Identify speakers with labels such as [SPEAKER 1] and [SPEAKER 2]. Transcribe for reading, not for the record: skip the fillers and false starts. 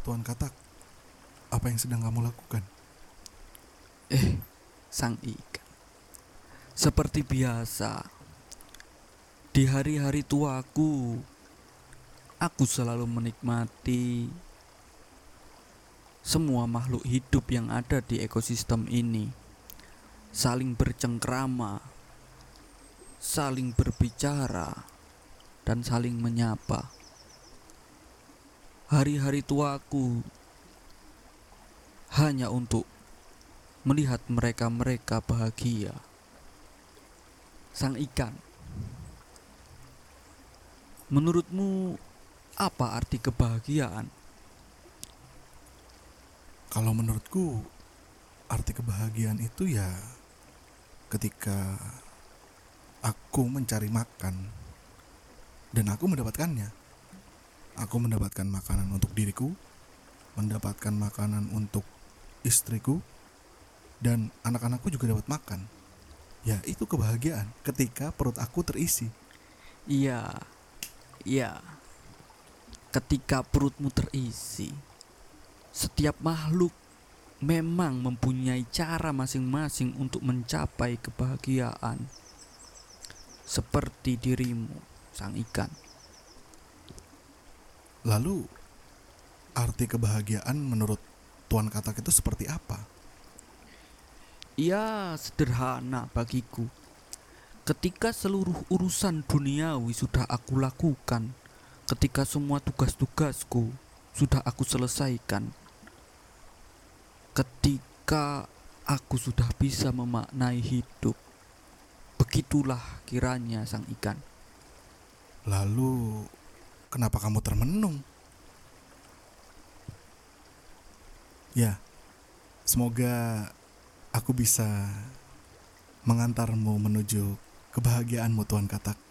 [SPEAKER 1] Tuan Katak, apa yang sedang kamu lakukan?
[SPEAKER 2] Sang ikan. Seperti biasa, di hari-hari tuaku, aku selalu menikmati semua makhluk hidup yang ada di ekosistem ini. Saling bercengkrama, saling berbicara, dan saling menyapa. Hari-hari tuaku hanya untuk melihat mereka-mereka bahagia. Sang ikan, menurutmu apa arti kebahagiaan?
[SPEAKER 1] Kalau menurutku, arti kebahagiaan itu ya ketika aku mencari makan dan aku mendapatkannya. Aku mendapatkan makanan untuk diriku, mendapatkan makanan untuk istriku, dan anak-anakku juga dapat makan. Ya, itu kebahagiaan ketika perut aku terisi.
[SPEAKER 2] Iya, ketika perutmu terisi. Setiap makhluk memang mempunyai cara masing-masing untuk mencapai kebahagiaan. Seperti dirimu, sang ikan.
[SPEAKER 1] Lalu, arti kebahagiaan menurut Tuan Katak itu seperti apa?
[SPEAKER 2] Ya, sederhana bagiku. Ketika seluruh urusan duniawi sudah aku lakukan, ketika semua tugas-tugasku sudah aku selesaikan, ketika aku sudah bisa memaknai hidup, begitulah kiranya sang ikan.
[SPEAKER 1] Lalu, kenapa kamu termenung? Ya, semoga aku bisa mengantarmu menuju kebahagiaanmu, Tuan Katak.